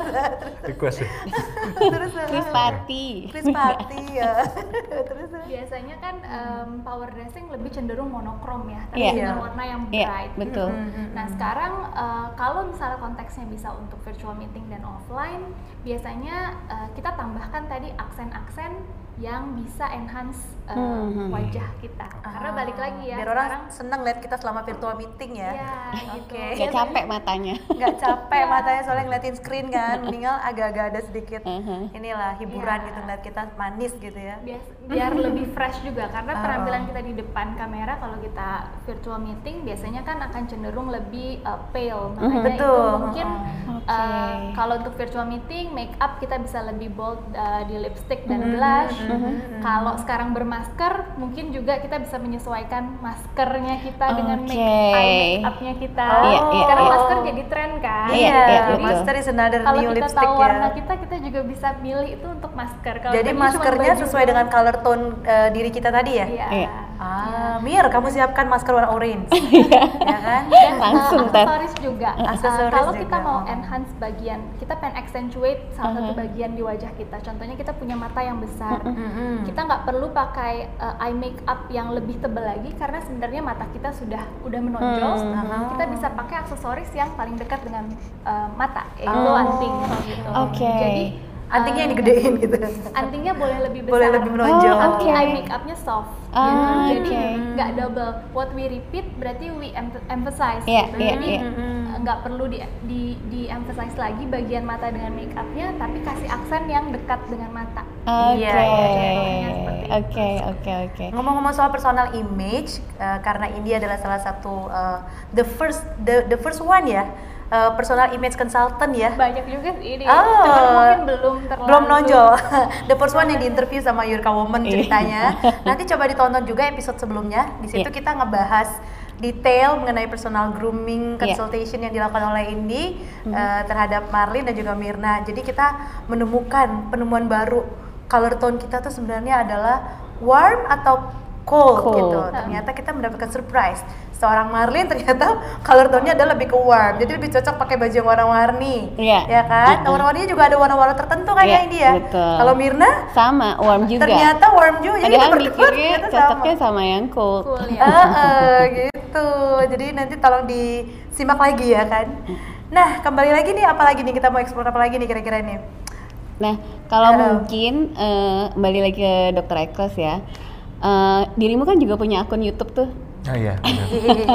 Speaker 3: Request ya.
Speaker 1: Terus
Speaker 2: Chris Patti.
Speaker 1: Chris Patti ya. Terus
Speaker 4: biasanya kan um, power dressing lebih cenderung monokrom ya,
Speaker 2: Iya.
Speaker 4: tapi dengan warna yang
Speaker 2: Iya,
Speaker 4: bright.
Speaker 2: betul.
Speaker 4: Nah sekarang uh, kalau misalnya konteksnya bisa untuk virtual meeting dan offline, biasanya uh, kita tambahkan tadi aksen-aksen yang bisa enhance uh,
Speaker 2: Hmm.
Speaker 4: wajah kita. Karena balik lagi ya,
Speaker 1: biar orang
Speaker 4: sekarang
Speaker 1: seneng lihat kita selama virtual meeting ya.
Speaker 4: ya gitu.
Speaker 1: Oke.
Speaker 2: Gak capek matanya.
Speaker 1: Nggak capek matanya soalnya ngeliatin screen kan, mendingan agak-agak ada sedikit
Speaker 2: Mhm.
Speaker 1: inilah hiburan
Speaker 4: Iya.
Speaker 1: gitu ngeliat kita manis gitu ya.
Speaker 4: Bias- biar lebih fresh juga karena
Speaker 1: Oh.
Speaker 4: penampilan kita di depan kamera kalau kita virtual meeting biasanya kan akan cenderung lebih uh, pale, makanya itu
Speaker 1: Betul.
Speaker 4: mungkin
Speaker 2: Oke.
Speaker 4: uh, kalau untuk virtual meeting make up kita bisa lebih bold uh, di lipstick dan
Speaker 1: Mhm,
Speaker 4: blush.
Speaker 1: mhm,
Speaker 4: Kalau sekarang bermasker mungkin juga kita bisa menyesuaikan maskernya kita dengan make,
Speaker 2: Oke.
Speaker 4: eye make upnya kita.
Speaker 1: Oh.
Speaker 2: Iya, iya,
Speaker 4: Karena
Speaker 2: iya.
Speaker 4: masker jadi tren kan.
Speaker 2: Iya,
Speaker 1: Iya,
Speaker 2: iya, betul.
Speaker 1: master is another
Speaker 4: Kalau
Speaker 1: new
Speaker 4: kita
Speaker 1: lipstick
Speaker 4: tahu
Speaker 1: ya.
Speaker 4: warna kita, kita juga bisa milih itu untuk masker. Kalau
Speaker 1: Jadi
Speaker 4: tadi cuma
Speaker 1: maskernya
Speaker 4: baju
Speaker 1: sesuai
Speaker 4: doang.
Speaker 1: dengan color tone uh, diri kita tadi ya?
Speaker 4: Iya.
Speaker 2: Iya.
Speaker 1: Ah, Mir, kamu siapkan masker warna orange. ya kan?
Speaker 4: Dan
Speaker 2: Langsung,
Speaker 4: uh,
Speaker 2: Tat.
Speaker 4: aksesoris juga. Uh,
Speaker 1: Aksesoris
Speaker 4: kalau
Speaker 1: juga.
Speaker 4: kita mau enhance bagian, kita pengen accentuate salah satu
Speaker 2: Uh-huh.
Speaker 4: bagian di wajah kita. Contohnya kita punya mata yang besar.
Speaker 1: Mm-mm.
Speaker 4: Kita nggak perlu pakai uh, eye makeup yang lebih tebal lagi karena sebenarnya mata kita sudah udah menonjol.
Speaker 2: Hmm.
Speaker 4: Kita bisa pakai aksesoris yang paling dekat dengan uh, mata, yaitu
Speaker 1: Oh.
Speaker 4: anting gitu.
Speaker 2: Oke.
Speaker 4: Jadi
Speaker 1: Antingnya yang
Speaker 4: uh,
Speaker 1: digedein gitu.
Speaker 4: antingnya boleh lebih besar.
Speaker 1: Boleh lebih menonjol.
Speaker 2: Oh,
Speaker 4: Tapi
Speaker 2: oke.
Speaker 4: eye makeupnya soft.
Speaker 2: Ah,
Speaker 4: gitu. Jadi
Speaker 2: oke.
Speaker 4: nggak double. What we repeat berarti we em- emphasize.
Speaker 2: Iya,
Speaker 4: gitu.
Speaker 2: iya,
Speaker 4: Jadi
Speaker 2: iya.
Speaker 4: eh, nggak perlu di, di di emphasize lagi bagian mata dengan makeupnya, tapi kasih aksen yang dekat dengan mata.
Speaker 2: Oke,
Speaker 1: Iya, iya,
Speaker 4: iya.
Speaker 2: oke, oke, oke.
Speaker 1: Ngomong-ngomong soal personal image, uh, karena ini adalah salah satu uh, the first the the first one ya, uh, personal image consultant ya.
Speaker 4: Banyak juga sih ini.
Speaker 1: Oh.
Speaker 4: Cuman mungkin belum terlalu.
Speaker 1: Belum nonjol. The first one yang diinterview sama Yurika Woman
Speaker 2: Iya.
Speaker 1: ceritanya. Nanti coba ditonton juga episode sebelumnya. Di situ
Speaker 2: Iya.
Speaker 1: kita ngebahas detail mengenai personal grooming
Speaker 2: Iya.
Speaker 1: consultation yang dilakukan oleh Indi uh, terhadap Marlin dan juga Mirna. Jadi kita menemukan penemuan baru, color tone kita tuh sebenarnya adalah warm atau cold,
Speaker 2: Cold.
Speaker 1: gitu. Ternyata kita mendapatkan surprise. Seorang Marlin ternyata color tone-nya adalah lebih ke warm. Jadi lebih cocok pakai baju yang warna-warni.
Speaker 2: Iya.
Speaker 1: Ya kan?
Speaker 2: Mm-mm.
Speaker 1: Warna-warninya juga ada warna-warna tertentu kan
Speaker 2: Iya,
Speaker 1: ya Indi ya?
Speaker 2: betul.
Speaker 1: Kalau Mirna
Speaker 2: Sama, warm juga.
Speaker 1: ternyata warm juga. Jadi
Speaker 2: Padahal
Speaker 1: kita berdua
Speaker 2: mikirnya
Speaker 1: ternyata
Speaker 2: cocoknya
Speaker 1: sama.
Speaker 2: sama yang cold.
Speaker 4: Cool ya.
Speaker 1: Eh, eh, gitu. Jadi nanti tolong disimak lagi ya kan. Nah, kembali lagi nih apa lagi nih kita mau eksplor apa lagi nih kira-kira nih?
Speaker 2: Nah, kalau
Speaker 1: Halo.
Speaker 2: mungkin eh, kembali lagi ke dokter Ekles ya. Eh, dirimu kan juga punya akun YouTube tuh.
Speaker 3: Ah iya, benar.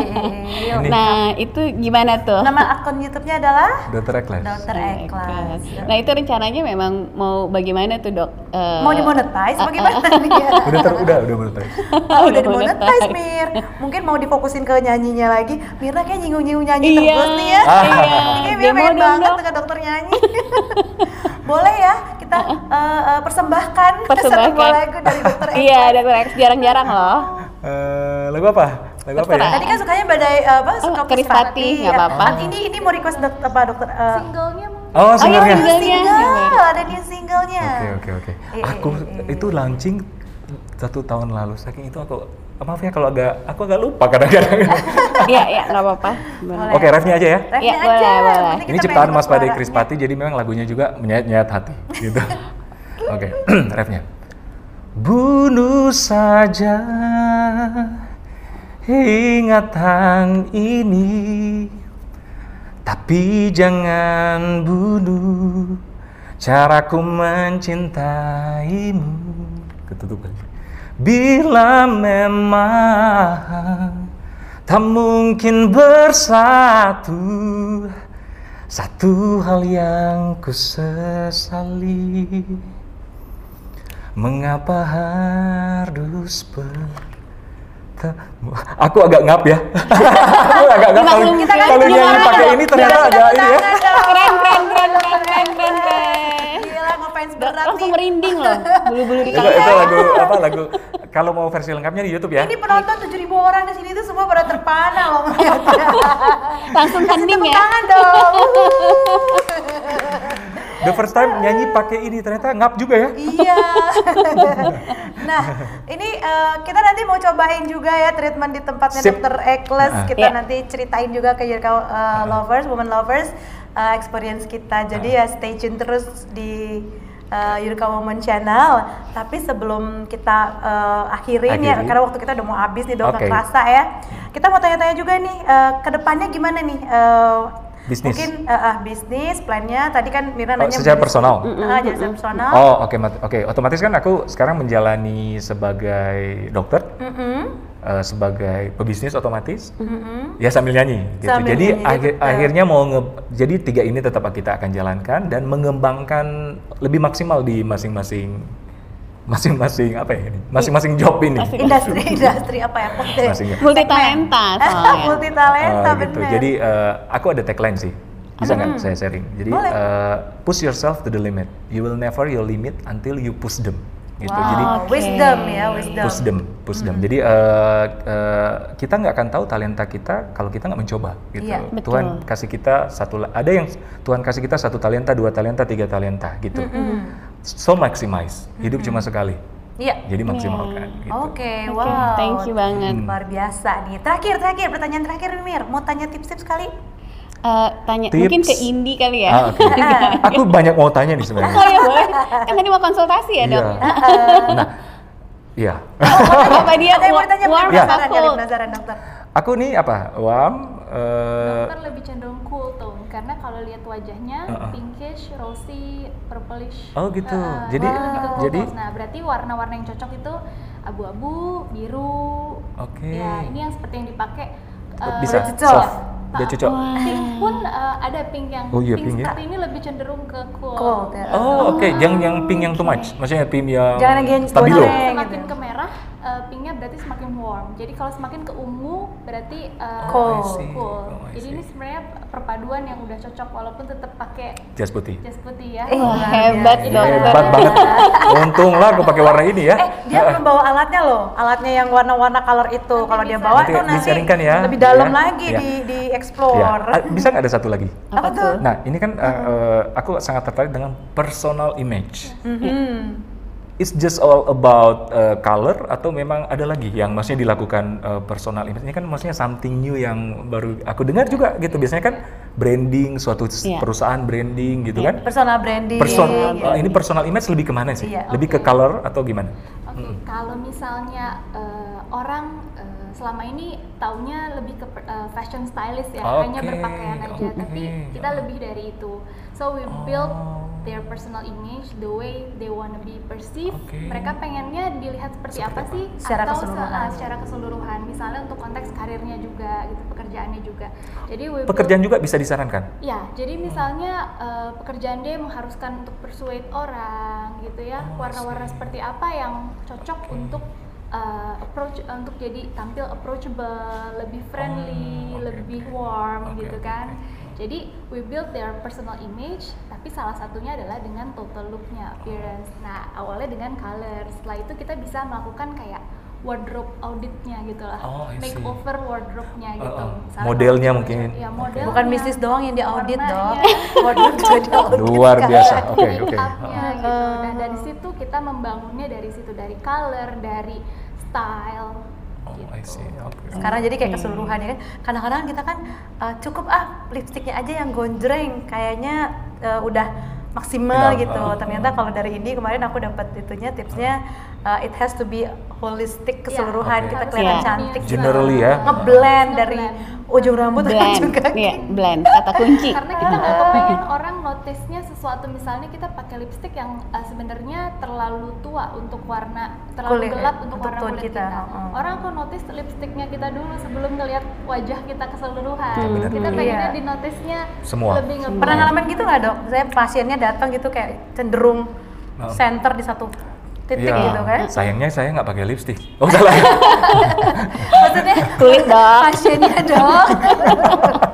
Speaker 1: Ini.
Speaker 2: Nah, itu gimana tuh?
Speaker 1: Nama akun YouTube-nya adalah
Speaker 3: Dokter Ekles.
Speaker 1: Dokter Eklas.
Speaker 2: Nah, itu rencananya memang mau bagaimana tuh, Dok? Eh,
Speaker 1: Mau dimonetize
Speaker 2: ah,
Speaker 1: bagaimana nih ya?
Speaker 3: Udah ter udah udah monetize.
Speaker 1: Oh, udah
Speaker 2: Udah
Speaker 1: dimonetize
Speaker 2: monetize.
Speaker 1: Mir. Mungkin mau difokusin ke nyanyinya lagi. Mirna kayak nyinggung-nyinggung nyanyi
Speaker 2: Iya,
Speaker 1: terus nih ya.
Speaker 3: Ah.
Speaker 2: iya.
Speaker 1: Ini kayak Mir
Speaker 2: Demo
Speaker 1: pengen
Speaker 2: dong,
Speaker 1: banget
Speaker 2: Dok.
Speaker 1: dengan dokter nyanyi. Boleh ya kita eh, eh, persembahkan, satu
Speaker 2: Persembahkan.
Speaker 1: buah lagu dari dokter Eklas.
Speaker 2: Iya, Dokter Ekles jarang-jarang loh.
Speaker 3: Eh, lagu apa? Lagu apa ya?
Speaker 2: Terserah.
Speaker 1: Tadi kan sukanya badai eh, apa
Speaker 2: Oh,
Speaker 1: suka
Speaker 2: Chris Patti, nggak
Speaker 1: ya.
Speaker 2: apa-apa.
Speaker 1: Ah, Ini ini mau request dok, apa dokter? eh,
Speaker 4: Singlenya mungkin.
Speaker 3: Oh, singernya.
Speaker 1: new
Speaker 2: singlenya.
Speaker 1: single, ada new singlenya.
Speaker 3: Oke oke oke.
Speaker 1: Eh,
Speaker 3: Aku
Speaker 1: eh, eh,
Speaker 3: itu launching satu tahun lalu. Saking itu aku maaf ya kalau agak aku agak lupa kadang-kadang.
Speaker 2: Iya, iya, nggak apa-apa. Benar.
Speaker 1: Boleh.
Speaker 3: Oke, refnya aja ya.
Speaker 1: Refnya
Speaker 2: Iya,
Speaker 1: aja.
Speaker 2: boleh, boleh.
Speaker 1: Penting
Speaker 3: Ini
Speaker 1: kita
Speaker 3: ciptaan
Speaker 1: pengen
Speaker 3: Mas
Speaker 1: dengar
Speaker 3: Pade
Speaker 1: suaranya.
Speaker 3: Chris Patti, jadi memang lagunya juga menyayat-nyayat hati, gitu. Oke, refnya. Bunuh saja ingatan ini, tapi jangan bunuh caraku mencintaimu. Ketutup lagi. Bila memang tak mungkin bersatu, satu hal yang ku sesali, mengapa harus bertemu. Aku agak ngap ya. Aku agak ngap kalau
Speaker 2: Kita kan
Speaker 3: kalau
Speaker 2: punya
Speaker 3: nyanyi
Speaker 2: orang
Speaker 3: pakai
Speaker 2: dong.
Speaker 3: ini ternyata agak ini ya.
Speaker 2: Keren, keren, keren, keren, keren, keren.
Speaker 1: Gila ngefans berat berat
Speaker 2: Langsung
Speaker 1: nih.
Speaker 2: merinding loh, bulu-bulu di
Speaker 3: Itu,
Speaker 2: kepala.
Speaker 3: itu lagu apa lagu? Kalau mau versi lengkapnya di YouTube ya.
Speaker 1: Ini penonton tujuh ribu orang di sini tuh semua pada terpana loh ngeliatnya.
Speaker 2: Langsung
Speaker 1: Kasih
Speaker 2: hening
Speaker 1: tepuk
Speaker 2: ya.
Speaker 1: tangan dong.
Speaker 3: The first time nyanyi pakai ini ternyata ngap juga ya.
Speaker 1: Iya. Nah, ini eh, kita nanti mau cobain juga ya treatment di tempatnya
Speaker 3: Sip.
Speaker 1: dokter Ekles.
Speaker 3: Nah.
Speaker 1: Kita
Speaker 2: Iya.
Speaker 1: nanti ceritain juga ke Yurika eh, lovers, woman lovers, eh, experience kita. Jadi ya stay tune terus di eh, Yurika Woman Channel. Tapi sebelum kita eh, akhirin ya,
Speaker 3: Akhiri.
Speaker 1: karena waktu kita udah mau habis nih dok, nggak
Speaker 3: Oke.
Speaker 1: kerasa ya. Kita mau tanya-tanya juga nih, eh, ke depannya gimana nih? eh,
Speaker 3: Bisnis.
Speaker 1: Mungkin eh, ah, bisnis, plannya. Tadi kan Mirna
Speaker 3: Oh,
Speaker 1: nanya
Speaker 3: secara
Speaker 1: bisnis-
Speaker 3: personal?
Speaker 1: Ah, jadi secara personal.
Speaker 3: Oh oke mat- oke otomatis kan aku sekarang menjalani sebagai dokter,
Speaker 1: Mm-mm.
Speaker 3: eh, sebagai pebisnis otomatis,
Speaker 1: Mm-mm.
Speaker 3: ya sambil nyanyi. Gitu.
Speaker 1: Sambil
Speaker 3: Jadi
Speaker 1: nyanyi,
Speaker 3: akhir-
Speaker 1: betul.
Speaker 3: akhirnya mau nge, jadi tiga ini tetap kita akan jalankan dan mengembangkan lebih maksimal di masing-masing masing-masing apa ya ini? Masing-masing job ini.
Speaker 2: Masing-
Speaker 1: Industri, industri apa ya?
Speaker 3: Masing-
Speaker 2: Multi talenta soalnya.
Speaker 1: Multi talenta,
Speaker 3: Eh, gitu.
Speaker 1: bener.
Speaker 3: Jadi eh, aku ada tagline sih. Bisa nggak saya sharing? Jadi
Speaker 1: Boleh.
Speaker 3: eh, push yourself to the limit. You will never your limit until you push them. Gitu.
Speaker 1: Wow,
Speaker 3: Jadi
Speaker 2: Oke.
Speaker 1: wisdom ya, wisdom.
Speaker 3: push them, push them. Jadi eh, eh, kita nggak akan tahu talenta kita kalau kita nggak mencoba. Gitu.
Speaker 1: Iya.
Speaker 2: Betul.
Speaker 3: Tuhan kasih kita satu, la- ada yang Tuhan kasih kita satu talenta, dua talenta, tiga talenta. Gitu. So maximize. Hidup cuma sekali.
Speaker 1: Iya.
Speaker 3: Jadi maksimalkan. Gitu.
Speaker 1: Oke,
Speaker 2: Oke,
Speaker 1: wow.
Speaker 2: thank you banget.
Speaker 1: Luar biasa nih. Terakhir, terakhir, pertanyaan terakhir nih, Mir. Mau tanya tips-tips kali?
Speaker 2: Eh, tanya
Speaker 3: Tips.
Speaker 2: mungkin ke Indi kali ya.
Speaker 3: Ah, oke. Aku banyak mau tanya nih sebenarnya.
Speaker 2: Oh ya boleh. Kan tadi mau konsultasi ya dok.
Speaker 3: Iya. Nah, iya.
Speaker 2: Apa dia
Speaker 1: Ada yang mau
Speaker 2: wa-
Speaker 1: ditanya?
Speaker 2: warm
Speaker 3: Iya.
Speaker 2: apa
Speaker 1: Penasaran kali,
Speaker 2: cold?
Speaker 1: penasaran dokter.
Speaker 3: Aku nih apa? Wam. eh,
Speaker 4: Dokter lebih cenderung cool tone karena kalau lihat wajahnya
Speaker 3: Uh-uh.
Speaker 4: pinkish, rosy, purplish.
Speaker 3: Oh, gitu.
Speaker 4: Uh-uh,
Speaker 3: Jadi-
Speaker 4: dia lebih ke cool
Speaker 3: jadi-
Speaker 4: tones. Nah berarti warna-warna yang cocok itu abu-abu, biru.
Speaker 3: Oke.
Speaker 4: Ya ini yang seperti yang dipakai. uh,
Speaker 3: Bisa
Speaker 1: cocok.
Speaker 3: soft.
Speaker 4: Ah,
Speaker 3: Dia cocok.
Speaker 2: Wah.
Speaker 4: Pink pun uh, ada pink yang
Speaker 3: Oh, iya,
Speaker 4: pink,
Speaker 3: pink ya?
Speaker 4: seperti ini lebih cenderung ke cool.
Speaker 1: Cold ya.
Speaker 3: Oh, oke. Yang yang pink yang too much. Maksudnya pink yang
Speaker 1: Jangan yang
Speaker 3: stabilo.
Speaker 1: goreng.
Speaker 4: Semakin
Speaker 1: gitu.
Speaker 4: ke merah, uh, pinknya berarti semakin warm. Jadi kalau semakin ke ungu berarti uh,
Speaker 1: Cool.
Speaker 3: I see.
Speaker 4: cool.
Speaker 3: Oh, I
Speaker 4: Jadi
Speaker 3: see.
Speaker 4: ini sebenarnya perpaduan yang udah cocok walaupun tetap pakai
Speaker 3: Jas putih.
Speaker 4: jas putih ya.
Speaker 1: Eh,
Speaker 2: Wah,
Speaker 1: luar
Speaker 2: hebat
Speaker 1: biasa.
Speaker 2: dokter.
Speaker 3: Hebat banget. Untunglah aku pakai warna ini ya.
Speaker 1: Eh, dia belum bawa alatnya loh. Alatnya yang warna-warna color itu. Kalau dia
Speaker 4: bisa.
Speaker 1: bawa
Speaker 3: Nanti
Speaker 1: tuh nanti
Speaker 3: di-sharingkan ya.
Speaker 1: lebih dalam
Speaker 3: Ya.
Speaker 1: lagi
Speaker 3: Ya.
Speaker 1: di di
Speaker 3: Ya.
Speaker 1: explore.
Speaker 3: Ah, bisa nggak ada satu lagi?
Speaker 1: Apa tuh?
Speaker 3: Nah, ini kan eh, eh, aku sangat tertarik dengan personal image.
Speaker 1: Mhm.
Speaker 3: It's just all about uh, color atau memang ada lagi yang maksudnya dilakukan uh, personal image? Ini kan maksudnya something new yang baru aku dengar juga gitu. Biasanya kan branding suatu s-
Speaker 2: Iya.
Speaker 3: perusahaan branding gitu kan.
Speaker 1: Personal branding.
Speaker 3: Person,
Speaker 1: gitu.
Speaker 3: uh, ini personal image lebih kemana sih?
Speaker 1: Iya.
Speaker 3: Lebih ke color atau gimana?
Speaker 4: Oke, kalau misalnya eh, orang eh, selama ini taunya lebih ke eh, fashion stylist ya, hanya
Speaker 3: Oke,
Speaker 4: berpakaian aja,
Speaker 3: oke.
Speaker 4: tapi kita lebih dari itu. So we build
Speaker 3: Oh.
Speaker 4: their personal image the way they wanna be perceived.
Speaker 3: Oke.
Speaker 4: Mereka pengennya dilihat seperti,
Speaker 3: Seperti
Speaker 4: apa
Speaker 3: apa?
Speaker 4: sih?
Speaker 1: Secara
Speaker 4: Atau se-
Speaker 1: keseluruhan.
Speaker 4: eh, secara keseluruhan. Misalnya untuk konteks karirnya juga, gitu, pekerjaannya juga. Jadi we build-
Speaker 3: Pekerjaan juga bisa disarankan.
Speaker 4: Ya, jadi misalnya eh, pekerjaan dia mengharuskan untuk persuade orang gitu ya,
Speaker 3: Oh, I
Speaker 4: warna-warna
Speaker 3: see.
Speaker 4: seperti apa yang cocok untuk eh, approach untuk jadi tampil approachable, lebih friendly,
Speaker 3: Oh, oke,
Speaker 4: lebih
Speaker 3: oke.
Speaker 4: warm
Speaker 3: Oke,
Speaker 4: gitu
Speaker 3: oke,
Speaker 4: kan.
Speaker 3: oke.
Speaker 4: Jadi we build their personal image, tapi salah satunya adalah dengan total looknya, appearance. Nah, awalnya dengan color. Setelah itu kita bisa melakukan kayak wardrobe auditnya gitu lah,
Speaker 3: Oh, I see.
Speaker 4: makeover wardrobe-nya gitu.
Speaker 3: Uh, uh,
Speaker 4: Misalnya
Speaker 3: modelnya
Speaker 4: kalau-
Speaker 3: mungkin.
Speaker 4: Ya, modelnya.
Speaker 1: Bukan bisnis doang yang diaudit dong.
Speaker 4: Warnanya.
Speaker 1: Wardrobe juga diaudit.
Speaker 3: Luar
Speaker 1: kan?
Speaker 3: biasa. Oke,
Speaker 4: Make
Speaker 3: oke.
Speaker 4: up-nya gitu. Nah dari situ kita membangunnya dari situ, dari color, dari style.
Speaker 3: Oh,
Speaker 4: gitu.
Speaker 3: I see. Oke.
Speaker 1: Sekarang jadi kayak keseluruhan ya kan. Kadang-kadang kita kan uh, cukup ah lipstiknya aja yang gonjreng, kayaknya uh, udah maksimal
Speaker 3: Benar,
Speaker 1: gitu.
Speaker 3: uh,
Speaker 1: Ternyata kalau dari Indi kemarin aku dapat itunya tipsnya uh, it has to be holistic keseluruhan.
Speaker 3: Oke.
Speaker 1: Kita
Speaker 4: Harus
Speaker 1: kelihatan
Speaker 2: Iya.
Speaker 1: cantik.
Speaker 3: Generally ya.
Speaker 1: Ngeblend dari
Speaker 4: Ngeblend.
Speaker 1: ujung rambut
Speaker 2: Blend,
Speaker 1: juga.
Speaker 2: iya, blend, kata kunci.
Speaker 4: Karena kita nggak kepengen orang notice-nya sesuatu, misalnya kita pakai lipstick yang uh, sebenarnya terlalu tua untuk warna, terlalu
Speaker 1: Kulit,
Speaker 4: gelap untuk,
Speaker 1: untuk
Speaker 4: warna
Speaker 1: tone
Speaker 4: kulit
Speaker 1: kita,
Speaker 4: kita.
Speaker 1: uh-uh.
Speaker 4: Orang kok notice lipsticknya kita dulu sebelum ngelihat wajah kita keseluruhan.
Speaker 2: Hmm,
Speaker 3: benar.
Speaker 4: Kita
Speaker 1: Iya.
Speaker 4: pengennya di notice-nya
Speaker 3: Semua.
Speaker 4: lebih nge
Speaker 1: Pernah ngalamin gitu nggak dok? Saya pasiennya datang gitu kayak cenderung
Speaker 3: Oh.
Speaker 1: center di satu titik
Speaker 3: Iya.
Speaker 1: gitu kan?
Speaker 3: Sayangnya saya nggak pakai lipstick. Oh salah ya.
Speaker 1: Maksudnya
Speaker 2: Kulit dok.
Speaker 1: pasiennya dok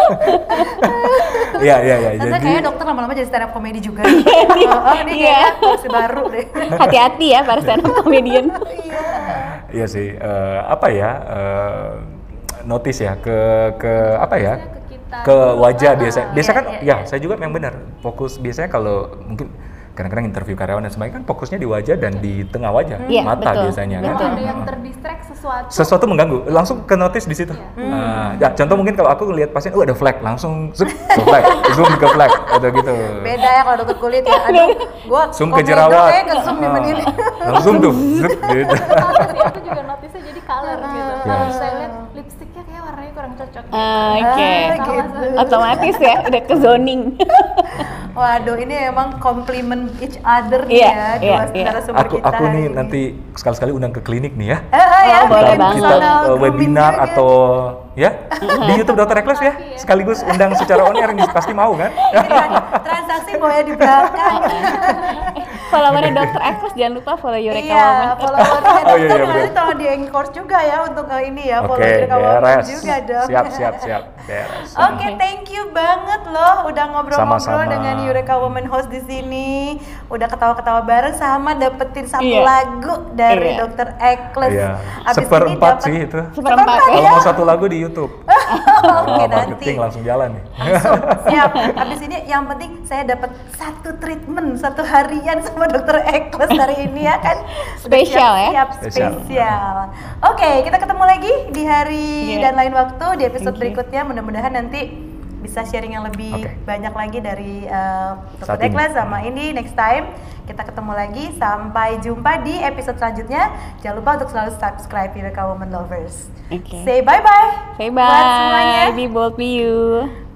Speaker 3: Iya, iya, iya.
Speaker 1: Tante
Speaker 3: Jadi
Speaker 1: kayaknya dokter lama-lama jadi stand up comedy juga. Oh, oh, ini
Speaker 2: Iya.
Speaker 1: kayak koleksi baru deh.
Speaker 2: Hati-hati ya para stand up comedian.
Speaker 1: Iya.
Speaker 3: iya sih, eh, apa ya, eh, notice ya ke ke apa ya,
Speaker 4: Maksudnya ke kita
Speaker 3: ke
Speaker 4: dulu.
Speaker 3: wajah
Speaker 4: Ah,
Speaker 3: biasa.
Speaker 1: iya,
Speaker 3: Biasa kan,
Speaker 1: iya,
Speaker 3: ya
Speaker 1: iya.
Speaker 3: saya juga yang benar fokus biasanya kalau mungkin kadang-kadang interview karyawan dan sebagainya kan fokusnya di wajah dan di tengah wajah,
Speaker 2: Iya,
Speaker 3: mata
Speaker 2: betul,
Speaker 3: biasanya kan.
Speaker 2: betul.
Speaker 4: Kalau ada yang terdistract sesuatu.
Speaker 3: Sesuatu mengganggu, langsung ke notice di situ.
Speaker 4: Iya.
Speaker 3: Nah, ya, contoh mungkin kalau aku ngelihat pasien, oh ada flek, langsung zoom ke flek, zoom ke flek, atau gitu.
Speaker 1: Beda ya kalau dokter kulit ya. Aduh, gua
Speaker 3: Zoom ke
Speaker 1: komedo
Speaker 3: jerawat.
Speaker 1: kayak ke zoom di
Speaker 3: Ah,
Speaker 1: menit.
Speaker 3: langsung tuh, zup, gitu.
Speaker 4: Sama sih, aku juga notice-nya jadi color gitu.
Speaker 3: Yes.
Speaker 4: Kalau saya lihat lipstiknya kayak warnanya kurang cocok gitu.
Speaker 2: Ah, Oke,
Speaker 1: Ah,
Speaker 4: Sama
Speaker 1: gitu.
Speaker 4: sama.
Speaker 2: otomatis ya udah ke zoning.
Speaker 1: Waduh, ini emang compliment each other nih
Speaker 2: Iya,
Speaker 1: ya,
Speaker 2: iya,
Speaker 1: dua
Speaker 2: iya.
Speaker 1: narasumber
Speaker 3: Aku
Speaker 1: kita
Speaker 3: aku
Speaker 1: hari
Speaker 3: nih
Speaker 1: ini.
Speaker 3: nanti sekali-sekali undang ke klinik nih ya.
Speaker 1: Eh, eh, ya,
Speaker 2: Oh, boleh
Speaker 1: bikin
Speaker 2: banget.
Speaker 3: Kita
Speaker 1: personal
Speaker 3: uh,
Speaker 1: grooming
Speaker 3: webinar
Speaker 1: juga.
Speaker 3: atau ya di YouTube Dokter Ekles ya, sekaligus undang secara on air nih pasti mau kan?
Speaker 1: Ini kan transaksi boleh di belakang.
Speaker 2: Followernya dokter Ekles jangan lupa follow Eureka
Speaker 1: Iya,
Speaker 2: Woman.
Speaker 1: followernya
Speaker 3: Oh, iya,
Speaker 1: dokter
Speaker 3: iya,
Speaker 1: nanti
Speaker 3: betul.
Speaker 1: tolong di endorse juga ya untuk eh, ini ya, follow
Speaker 3: Oke,
Speaker 1: Eureka Woman
Speaker 3: beres.
Speaker 1: juga dong.
Speaker 3: Siap, siap, siap, beres.
Speaker 1: Oke, thank you banget loh udah ngobrol-ngobrol
Speaker 3: Sama-sama.
Speaker 1: dengan Eureka Woman host di sini. Udah ketawa-ketawa bareng sama dapetin satu
Speaker 2: Iya.
Speaker 1: lagu dari
Speaker 2: Iya.
Speaker 1: dokter Ekles.
Speaker 3: Iya,
Speaker 1: Abis ini
Speaker 3: seperempat
Speaker 1: dapet-
Speaker 3: sih itu.
Speaker 2: Seperempat
Speaker 1: Seperempat
Speaker 3: Kalau
Speaker 1: ya?
Speaker 3: mau satu lagu di YouTube,
Speaker 1: Oke,
Speaker 3: oh,
Speaker 1: nanti.
Speaker 3: marketing langsung jalan nih.
Speaker 1: Langsung, siap. Habis ini yang penting saya dapat satu treatment satu harian sama dokter Ekles hari ini ya kan. Udah
Speaker 2: Spesial ya?
Speaker 1: siap,
Speaker 3: Spesial.
Speaker 1: spesial. Oke, kita ketemu lagi di hari
Speaker 2: Iya.
Speaker 1: dan lain waktu di episode
Speaker 2: Thank you.
Speaker 1: berikutnya. Mudah-mudahan nanti bisa sharing yang lebih
Speaker 3: Oke.
Speaker 1: banyak lagi dari uh, dokter
Speaker 3: Saat ini.
Speaker 1: Ekles sama ini next time. Kita ketemu lagi. Sampai jumpa di episode selanjutnya. Jangan lupa untuk selalu subscribe Eureka Woman Lovers.
Speaker 2: Oke.
Speaker 1: Say bye-bye.
Speaker 2: Say
Speaker 1: Buat semuanya.
Speaker 2: bye, be bold, be you.